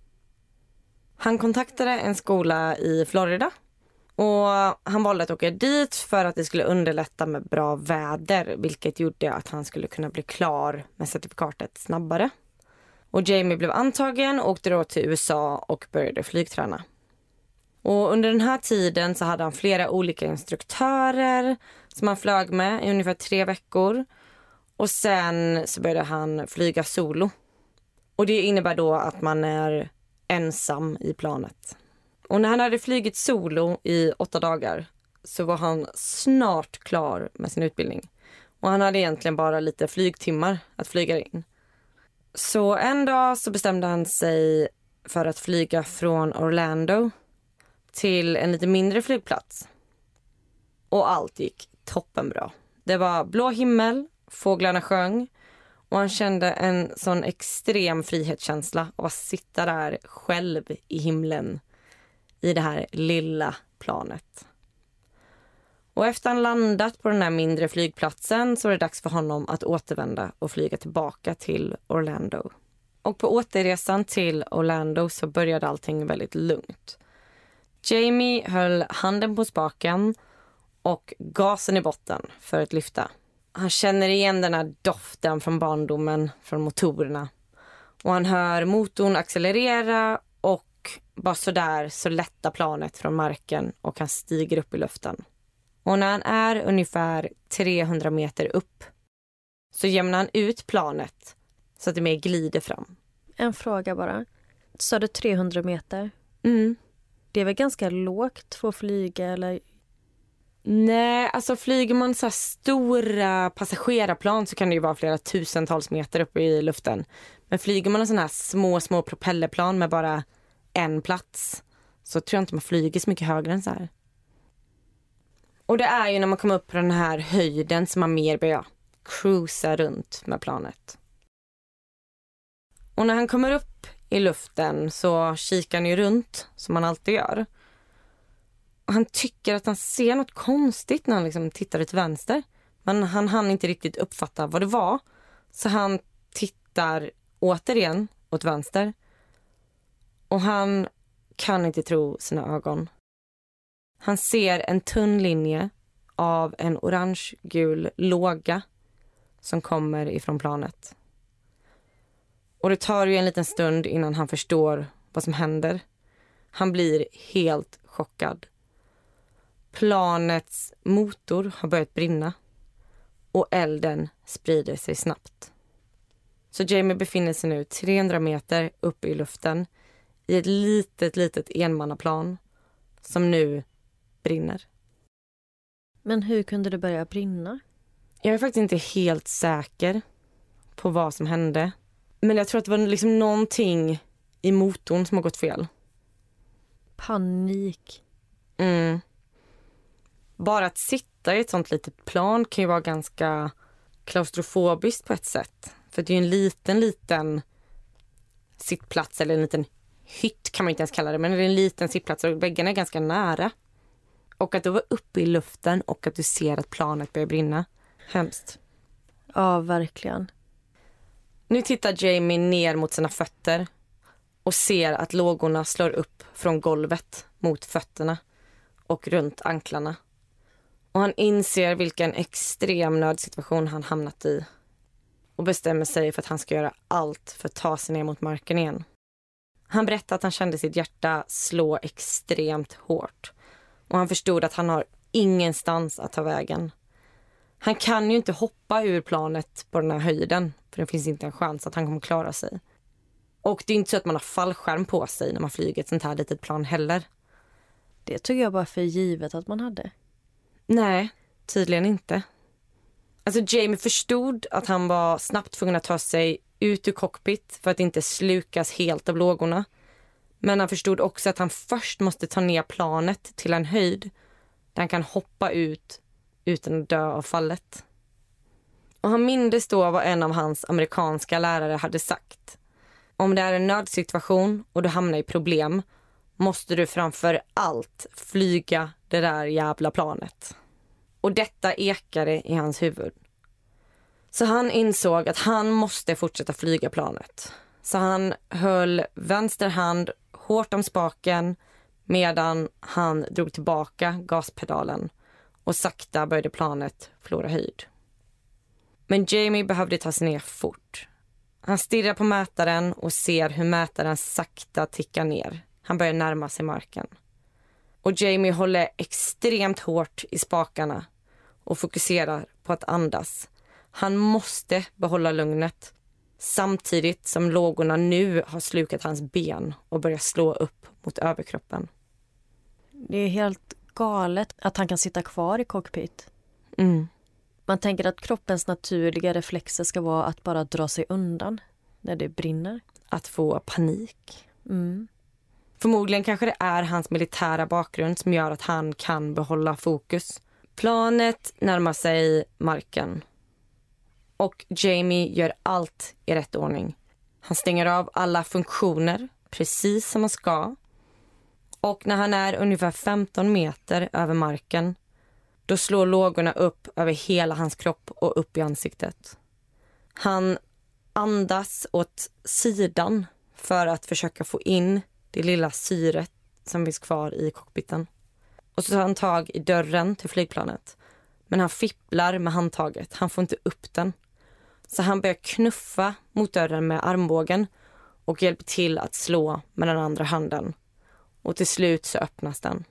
Han kontaktade en skola i Florida och han valde att åka dit för att det skulle underlätta med bra väder, vilket gjorde att han skulle kunna bli klar med certifikatet snabbare. Och Jamie blev antagen och åkte då till U S A och började flygträna. Och under den här tiden så hade han flera olika instruktörer som han flög med i ungefär tre veckor. Och sen så började han flyga solo. Och det innebär då att man är ensam i planet. Och när han hade flygit solo i åtta dagar så var han snart klar med sin utbildning. Och han hade egentligen bara lite flygtimmar att flyga in. Så en dag så bestämde han sig för att flyga från Orlando till en lite mindre flygplats. Och allt gick toppenbra. Det var blå himmel, fåglarna sjöng och han kände en sån extrem frihetskänsla av att sitta där själv i himlen i det här lilla planet. Och efter han landat på den här mindre flygplatsen så var det dags för honom att återvända och flyga tillbaka till Orlando. Och på återresan till Orlando så började allting väldigt lugnt. Jamie höll handen på spaken och gasen i botten för att lyfta. Han känner igen den här doften från barndomen, från motorerna. Och han hör motorn accelerera och bara så där så lättar planet från marken och han stiger upp i luften. Och när han är ungefär trehundra meter upp så jämnar han ut planet så att det mer glider fram. En fråga bara. Sa du trehundra meter? Mm. Det är väl ganska lågt för att flyga eller? Nej, alltså flyger man så här stora passagerarplan så kan det ju vara flera tusentals meter uppe i luften. Men flyger man en sån här små, små propellerplan med bara en plats så tror jag inte man flyger så mycket högre än så här. Och det är ju när man kommer upp på den här höjden som man mer börjar cruisa runt med planet. Och när han kommer upp i luften så kikar han ju runt som man alltid gör. Och han tycker att han ser något konstigt när han liksom tittar till vänster. Men han hann inte riktigt uppfatta vad det var. Så han tittar återigen åt vänster. Och han kan inte tro sina ögon. Han ser en tunn linje av en orange-gul låga som kommer ifrån planet. Och det tar ju en liten stund innan han förstår vad som händer. Han blir helt chockad. Planets motor har börjat brinna och elden sprider sig snabbt. Så Jamie befinner sig nu trehundra meter uppe i luften i ett litet, litet enmannaplan som nu brinner. Men hur kunde det börja brinna? Jag är faktiskt inte helt säker på vad som hände. Men jag tror att det var liksom någonting i motorn som har gått fel. Panik. Mm. Bara att sitta i ett sånt litet plan kan ju vara ganska klaustrofobiskt på ett sätt. För det är ju en liten, liten sittplats eller en liten hytt kan man inte ens kalla det. Men det är en liten sittplats och väggarna är ganska nära. Och att du var uppe i luften och att du ser att planet börjar brinna. Hemskt. Ja, verkligen. Nu tittar Jamie ner mot sina fötter och ser att lågorna slår upp från golvet mot fötterna och runt anklarna. Och han inser vilken extrem nödsituation han hamnat i och bestämmer sig för att han ska göra allt för att ta sig ner mot marken igen. Han berättar att han kände sitt hjärta slå extremt hårt och han förstod att han har ingenstans att ta vägen. Han kan ju inte hoppa ur planet på den här höjden för det finns inte en chans att han kommer klara sig. Och det är inte så att man har fallskärm på sig när man flyger ett sånt här litet plan heller. Det tog jag bara för givet att man hade. Nej, tydligen inte. Alltså Jamie förstod att han var snabbt tvungen att ta sig ut ur cockpit för att inte slukas helt av lågorna. Men han förstod också att han först måste ta ner planet till en höjd där han kan hoppa ut utan att dö av fallet. Och han mindes då vad en av hans amerikanska lärare hade sagt. Om det är en nödsituation och du hamnar i problem måste du framför allt flyga det där jävla planet. Och detta ekade i hans huvud. Så han insåg att han måste fortsätta flyga planet. Så han höll vänster hand hårt om spaken medan han drog tillbaka gaspedalen och sakta började planet förlora höjd. Men Jamie behövde ta sig ner fort. Han stirrar på mätaren och ser hur mätaren sakta tickar ner. Han börjar närma sig marken. Och Jamie håller extremt hårt i spakarna och fokuserar på att andas. Han måste behålla lugnet samtidigt som lågorna nu har slukat hans ben och börjar slå upp mot överkroppen. Det är helt galet att han kan sitta kvar i cockpit. Mm. Man tänker att kroppens naturliga reflexer ska vara att bara dra sig undan när det brinner. Att få panik. Mm. Förmodligen kanske det är hans militära bakgrund som gör att han kan behålla fokus. Planet närmar sig marken. Och Jamie gör allt i rätt ordning. Han stänger av alla funktioner precis som han ska. Och när han är ungefär femton meter över marken då slår lågorna upp över hela hans kropp och upp i ansiktet. Han andas åt sidan för att försöka få in det lilla syret som finns kvar i cockpiten. Och så tar han tag i dörren till flygplanet. Men han fipplar med handtaget. Han får inte upp den. Så han börjar knuffa mot dörren med armbågen och hjälper till att slå med den andra handen. Och till slut så öppnas den.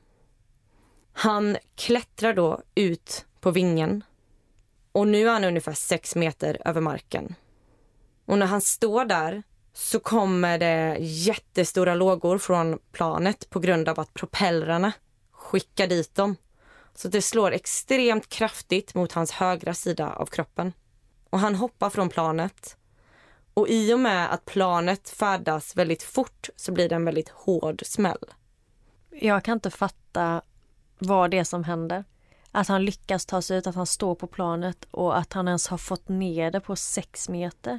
Han klättrar då ut på vingen. Och nu är han ungefär sex meter över marken. Och när han står där så kommer det jättestora lågor från planet på grund av att propellrarna skickar dit dem. Så det slår extremt kraftigt mot hans högra sida av kroppen. Och han hoppar från planet. Och i och med att planet färdas väldigt fort så blir det en väldigt hård smäll. Jag kan inte fatta vad det är som händer. Att han lyckas ta sig ut, att han står på planet och att han ens har fått ner det på sex meter.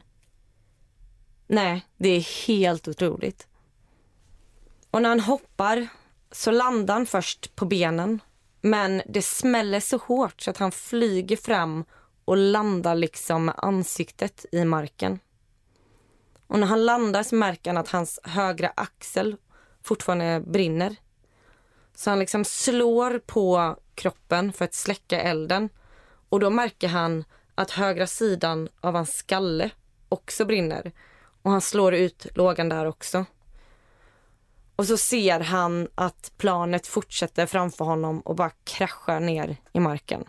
Nej, det är helt otroligt. Och när han hoppar så landar han först på benen. Men det smäller så hårt så att han flyger fram och landar liksom med ansiktet i marken. Och när han landar så märker han att hans högra axel fortfarande brinner. Så han liksom slår på kroppen för att släcka elden. Och då märker han att högra sidan av hans skalle också brinner. Och han slår ut lågan där också. Och så ser han att planet fortsätter framför honom och bara kraschar ner i marken.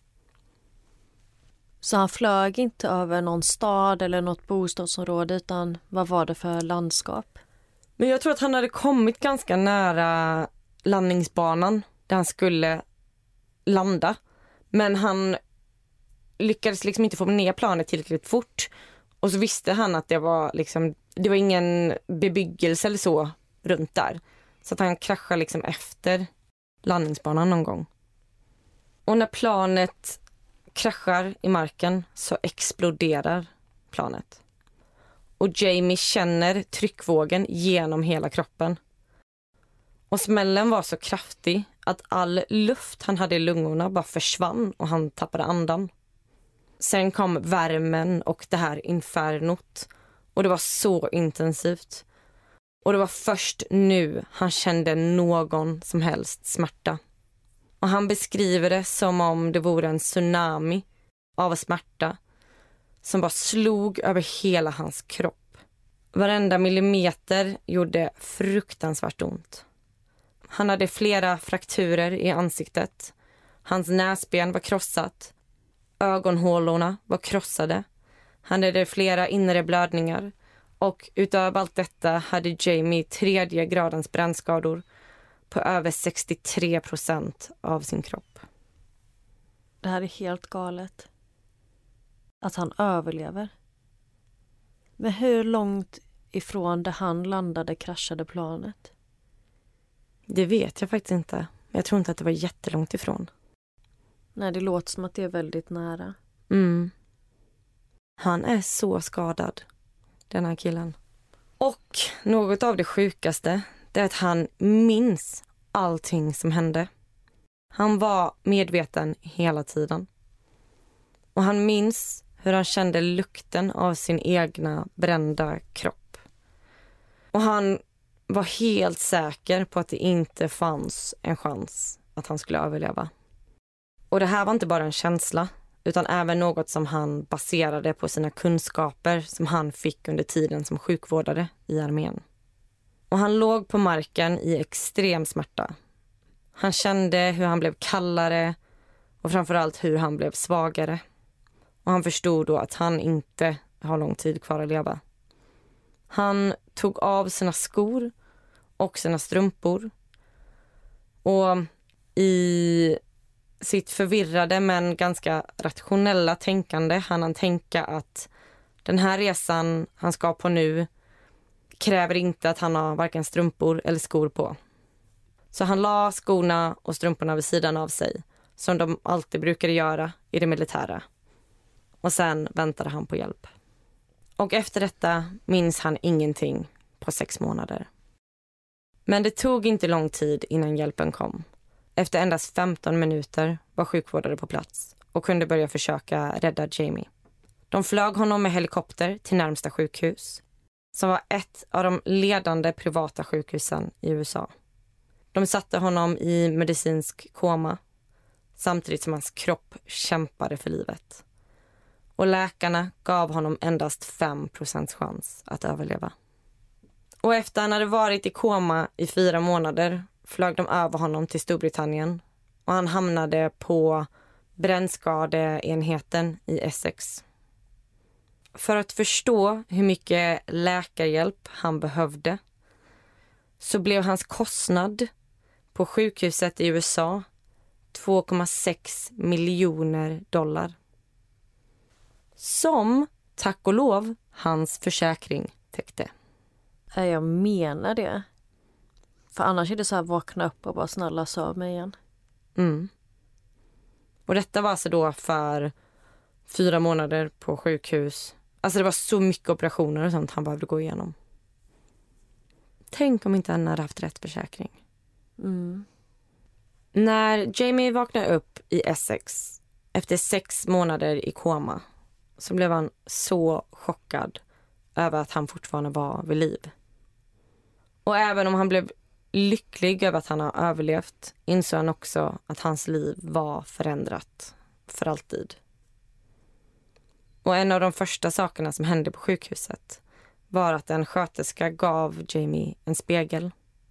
Så han flög inte över någon stad eller något bostadsområde, utan vad var det för landskap? Men jag tror att han hade kommit ganska nära landningsbanan där han skulle landa. Men han lyckades liksom inte få ner planet tillräckligt fort. Och så visste han att det var liksom, det var ingen bebyggelse eller så runt där. Så att han kraschade liksom efter landningsbanan någon gång. Och när planet kraschar i marken så exploderar planet. Och Jamie känner tryckvågen genom hela kroppen. Och smällen var så kraftig att all luft han hade i lungorna bara försvann och han tappade andan. Sen kom värmen och det här infernot. Och det var så intensivt. Och det var först nu han kände någon som helst smärta. Och han beskriver det som om det vore en tsunami av smärta som bara slog över hela hans kropp. Varenda millimeter gjorde fruktansvärt ont. Han hade flera frakturer i ansiktet. Hans näsben var krossat. Ögonhålorna var krossade. Han hade flera inre blödningar. Och utöver allt detta hade Jamie tredje gradens brännskador på över sextiotre procent av sin kropp. Det här är helt galet. att han överlever. Men hur långt ifrån där han landade kraschade planet? Det vet jag faktiskt inte. Jag tror inte att det var jättelångt ifrån. Nej, det låter som att det är väldigt nära. Mm. Han är så skadad, den här killen. Och något av det sjukaste, det är att han minns allting som hände. Han var medveten hela tiden. Och han minns hur han kände lukten av sin egna brända kropp. Och han var helt säker på att det inte fanns en chans att han skulle överleva. Och det här var inte bara en känsla, utan även något som han baserade på sina kunskaper som han fick under tiden som sjukvårdare i armén. Och han låg på marken i extrem smärta. Han kände hur han blev kallare och framförallt hur han blev svagare. Och han förstod då att han inte har lång tid kvar att leva. Han tog av sina skor och sina strumpor. Och i sitt förvirrade men ganska rationella tänkande hann han tänka att den här resan han ska på nu kräver inte att han har varken strumpor eller skor på. Så han la skorna och strumporna vid sidan av sig, som de alltid brukade göra i det militära. Och sen väntade han på hjälp. Och efter detta minns han ingenting på sex månader. Men det tog inte lång tid innan hjälpen kom. Efter endast femton minuter var sjukvårdare på plats och kunde börja försöka rädda Jamie. De flög honom med helikopter till närmsta sjukhus, som var ett av de ledande privata sjukhusen i U S A. De satte honom i medicinsk koma samtidigt som hans kropp kämpade för livet. Och läkarna gav honom endast fem procent chans att överleva. Och efter han hade varit i koma i fyra månader flög de över honom till Storbritannien och han hamnade på brännskadeenheten i Essex. För att förstå hur mycket läkarhjälp han behövde så blev hans kostnad på sjukhuset i U S A två komma sex miljoner dollar. Som, tack och lov, hans försäkring täckte. Jag menar det. För annars är det så här, vakna upp och bara snälla söv mig igen. Mm. Och detta var alltså då för fyra månader på sjukhus. Alltså det var så mycket operationer och sånt han behövde gå igenom. Tänk om inte han hade haft rätt försäkring. Mm. När Jamie vaknade upp i Essex efter sex månader i koma så blev han så chockad över att han fortfarande var vid liv. Och även om han blev lycklig över att han har överlevt insåg han också att hans liv var förändrat för alltid. Och en av de första sakerna som hände på sjukhuset var att en sköterska gav Jamie en spegel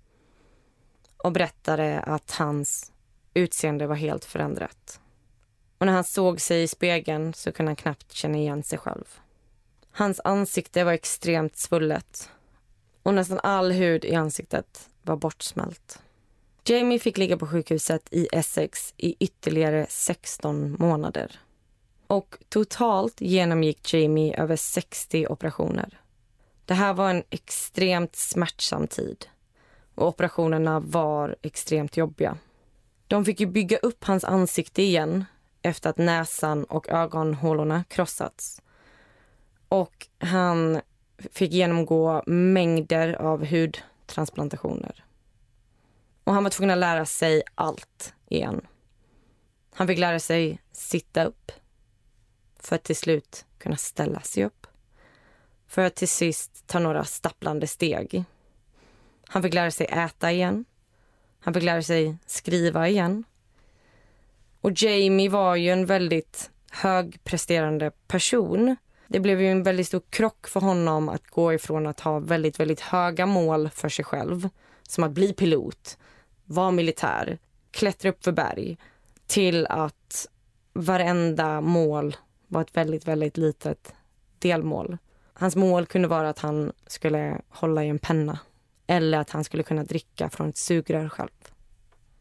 och berättade att hans utseende var helt förändrat. Och när han såg sig i spegeln så kunde han knappt känna igen sig själv. Hans ansikte var extremt svullet och nästan all hud i ansiktet var bortsmält. Jamie fick ligga på sjukhuset i Essex i ytterligare sexton månader. Och totalt genomgick Jamie över sextio operationer. Det här var en extremt smärtsam tid och operationerna var extremt jobbiga. De fick ju bygga upp hans ansikte igen efter att näsan och ögonhålorna krossats. Och han fick genomgå mängder av hudtransplantationer. Och han var tvungen att lära sig allt igen. Han fick lära sig sitta upp för att till slut kunna ställa sig upp. För att till sist ta några stapplande steg. Han fick lära sig äta igen. Han fick lära sig skriva igen. Och Jamie var ju en väldigt högpresterande person. Det blev ju en väldigt stor krock för honom att gå ifrån att ha väldigt, väldigt höga mål för sig själv. Som att bli pilot, vara militär, klättra upp för berg. Till att varenda mål var ett väldigt, väldigt litet delmål. Hans mål kunde vara att han skulle hålla i en penna. Eller att han skulle kunna dricka från ett sugrör själv.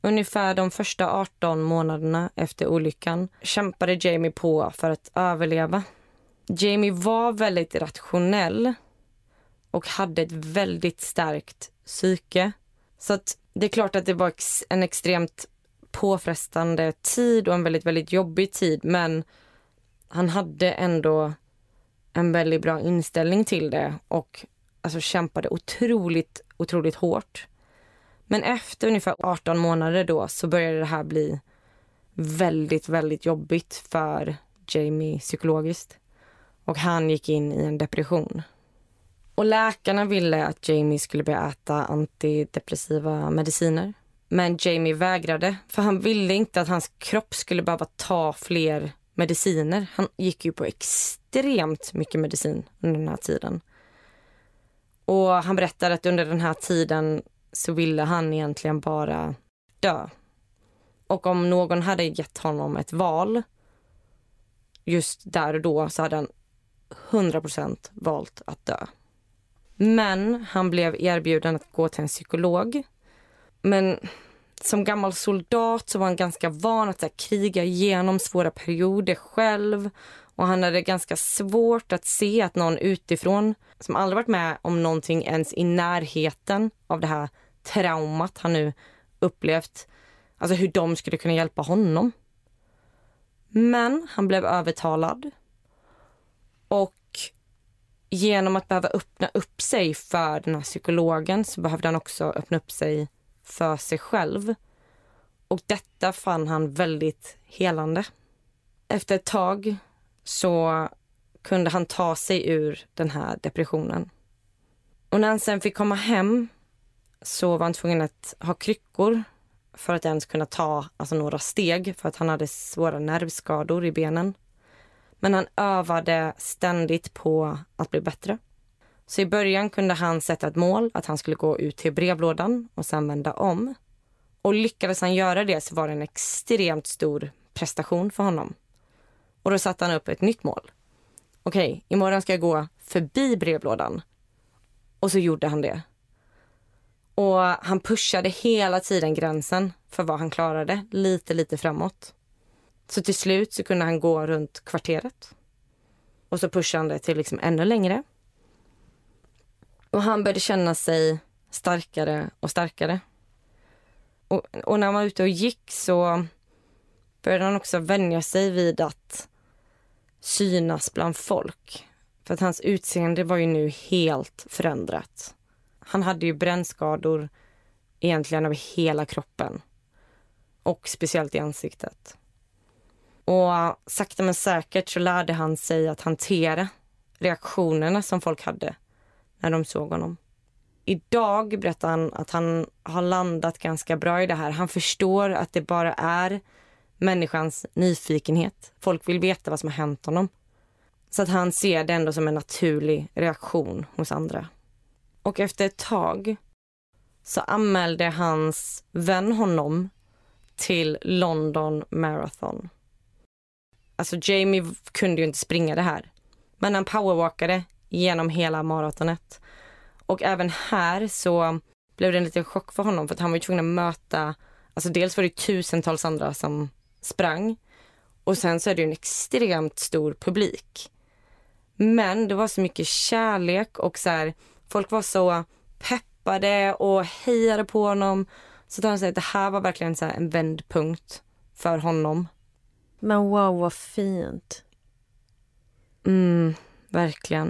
Ungefär de första arton månaderna efter olyckan kämpade Jamie på för att överleva. Jamie var väldigt rationell och hade ett väldigt starkt psyke. Så att det är klart att det var en extremt påfrestande tid och en väldigt, väldigt jobbig tid. Men han hade ändå en väldigt bra inställning till det och alltså kämpade otroligt, otroligt hårt. Men efter ungefär arton månader då så började det här bli väldigt, väldigt jobbigt för Jamie psykologiskt. Och han gick in i en depression. Och läkarna ville att Jamie skulle börja äta antidepressiva mediciner. Men Jamie vägrade, för han ville inte att hans kropp skulle behöva ta fler mediciner. Han gick ju på extremt mycket medicin under den här tiden. Och han berättade att under den här tiden så ville han egentligen bara dö. Och om någon hade gett honom ett val just där och då så hade han hundra procent valt att dö. Men han blev erbjuden att gå till en psykolog. Men som gammal soldat så var han ganska van att så här, kriga igenom svåra perioder själv. Och han hade ganska svårt att se att någon utifrån som aldrig varit med om någonting ens i närheten av det här traumat han nu upplevt. Alltså hur de skulle kunna hjälpa honom. Men han blev övertalad. Och genom att behöva öppna upp sig för den här psykologen så behövde han också öppna upp sig för sig själv. Och detta fann han väldigt helande. Efter ett tag så kunde han ta sig ur den här depressionen. Och när han sen fick komma hem så var han tvungen att ha kryckor för att ens kunna ta alltså, några steg för att han hade svåra nervskador i benen. Men han övade ständigt på att bli bättre. Så i början kunde han sätta ett mål att han skulle gå ut till brevlådan och sen vända om. Och lyckades han göra det så var det en extremt stor prestation för honom. Och då satte han upp ett nytt mål. Okej, imorgon ska jag gå förbi brevlådan. Och så gjorde han det. Och han pushade hela tiden gränsen för vad han klarade, lite, lite framåt. Så till slut så kunde han gå runt kvarteret. Och så pushade han det till liksom ännu längre. Och han började känna sig starkare och starkare. Och, och när han var ute och gick så började han också vänja sig vid att synas bland folk. För att hans utseende var ju nu helt förändrat. Han hade ju brännskador egentligen över hela kroppen. Och speciellt i ansiktet. Och sakta men säkert så lärde han sig att hantera reaktionerna som folk hade när de såg honom. Idag berättar han att han har landat ganska bra i det här. Han förstår att det bara är människans nyfikenhet. Folk vill veta vad som har hänt honom. Så att han ser det ändå som en naturlig reaktion hos andra. Och efter ett tag så anmälde hans vän honom till London Marathon. Alltså Jamie kunde ju inte springa det här. Men han powerwalkade genom hela maratonet. Och även här så blev det en liten chock för honom. För att han var ju tvungen att möta... Alltså dels var det tusentals andra som sprang. Och sen så är det ju en extremt stor publik. Men det var så mycket kärlek och så här... Folk var så peppade och hejade på honom. Så att han säger att det här var verkligen så här en vändpunkt för honom. Men wow, vad fint. Mm, verkligen.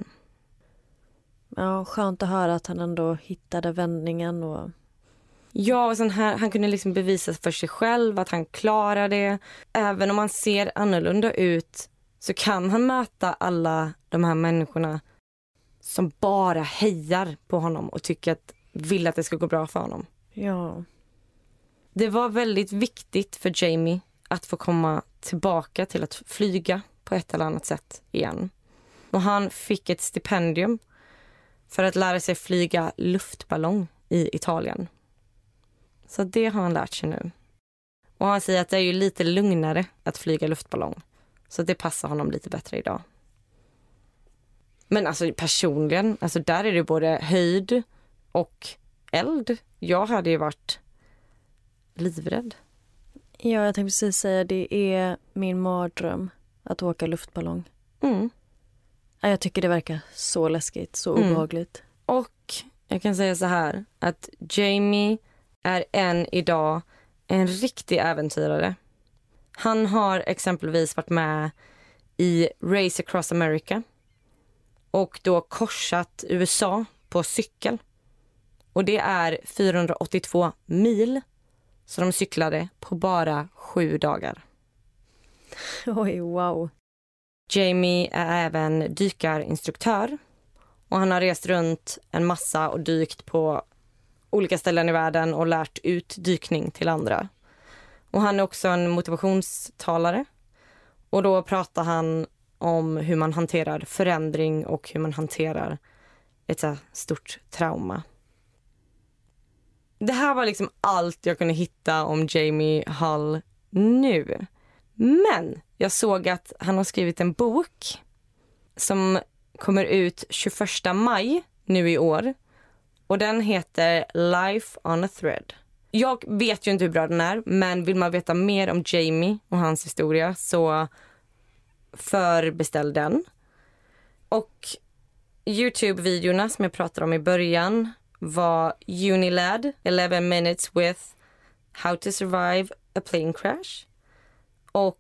Ja, skönt att höra att han ändå hittade vändningen. Och... Ja, och sen här, han kunde liksom bevisa för sig själv att han klarade det. Även om han ser annorlunda ut så kan han möta alla de här människorna som bara hejar på honom och tycker att vill att det ska gå bra för honom. Ja. Det var väldigt viktigt för Jamie att få komma tillbaka till att flyga på ett eller annat sätt igen. Och han fick ett stipendium för att lära sig flyga luftballong i Italien. Så det har han lärt sig nu. Och han säger att det är ju lite lugnare att flyga luftballong. Så det passar honom lite bättre idag. Men alltså personligen, alltså där är det både höjd och eld. Jag hade ju varit livrädd. Ja, jag tänkte precis säga det är min mardröm att åka luftballong. Mm. Jag tycker det verkar så läskigt, så Mm. obehagligt. Och jag kan säga så här att Jamie är än idag en riktig äventyrare. Han har exempelvis varit med i Race Across America och då korsat U S A på cykel. Och det är fyrahundraåttiotvå mil, så de cyklade på bara sju dagar. Oj, wow. Jamie är även dykarinstruktör och han har rest runt en massa och dykt på olika ställen i världen och lärt ut dykning till andra. Och han är också en motivationstalare och då pratar han om hur man hanterar förändring och hur man hanterar ett så stort trauma. Det här var liksom allt jag kunde hitta om Jamie Hull nu. Men jag såg att han har skrivit en bok som kommer ut tjugoförsta maj nu i år. Och den heter Life on a Thread. Jag vet ju inte hur bra den är, men vill man veta mer om Jamie och hans historia så förbeställ den. Och YouTube-videorna som jag pratade om i början var Unilad, eleven minutes with How to survive a plane crash. Och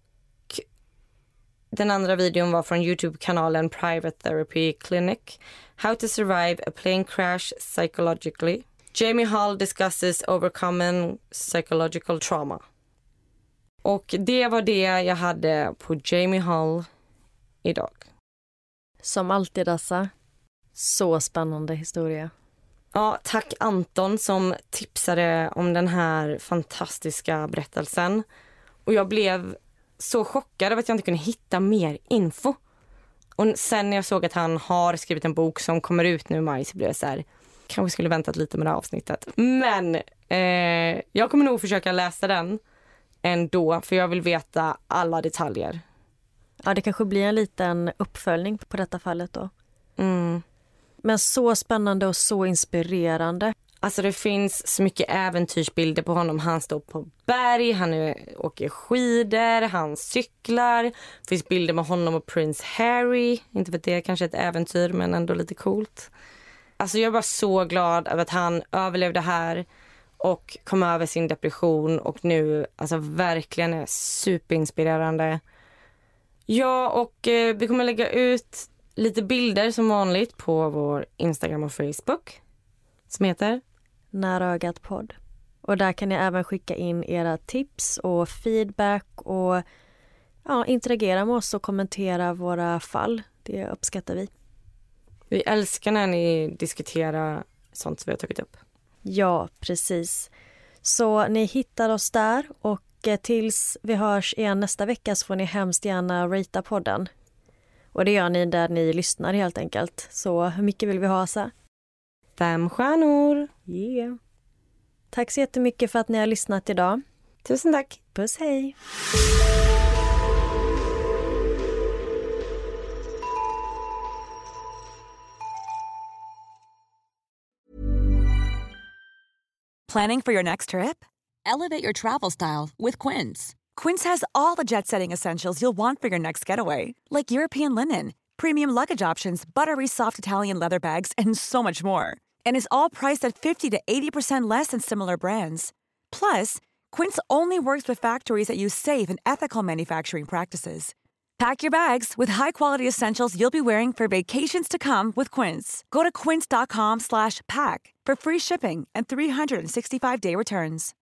den andra videon var från YouTube-kanalen Private Therapy Clinic. How to survive a plane crash psychologically. Jamie Hull discusses overcoming psychological trauma. Och det var det jag hade på Jamie Hull idag. Som alltid, Assa. Så spännande historia. Ja, tack Anton som tipsade om den här fantastiska berättelsen. Och jag blev så chockad över att jag inte kunde hitta mer info. Och sen när jag såg att han har skrivit en bok som kommer ut nu i maj så blev jag så här, kanske skulle väntat lite med det här avsnittet. Men eh, jag kommer nog försöka läsa den ändå för jag vill veta alla detaljer. Ja, det kanske blir en liten uppföljning på detta fallet då. Mm. Men så spännande och så inspirerande. Alltså det finns så mycket äventyrsbilder på honom. Han står på berg, han är, åker skidor, han cyklar. Det finns bilder med honom och Prince Harry. Inte för att det är kanske ett äventyr men ändå lite coolt. Alltså jag är bara så glad över att han överlevde här och kom över sin depression och nu alltså verkligen är superinspirerande. Ja, och eh, vi kommer lägga ut lite bilder som vanligt på vår Instagram och Facebook som heter Nära ögat podd. Och där kan ni även skicka in era tips och feedback och ja, interagera med oss och kommentera våra fall. Det uppskattar vi. Vi älskar när ni diskuterar sånt som vi har tagit upp. Ja, precis. Så ni hittar oss där och tills vi hörs igen nästa vecka så får ni hemskt gärna ratea podden. Och det gör ni där ni lyssnar helt enkelt. Så hur mycket vill vi ha så? Fem stjärnor. Yeah. Tack så jättemycket för att ni har lyssnat idag. Tusen tack. Puss, hej. Planning for your next trip? Elevate your travel style with Quince. Quince has all the jet-setting essentials you'll want for your next getaway, like European linen, premium luggage options, buttery soft Italian leather bags, and so much more. And is all priced at fifty to eighty percent less than similar brands. Plus, Quince only works with factories that use safe and ethical manufacturing practices. Pack your bags with high-quality essentials you'll be wearing for vacations to come with Quince. Go to quince.com slash pack for free shipping and three sixty-five day returns.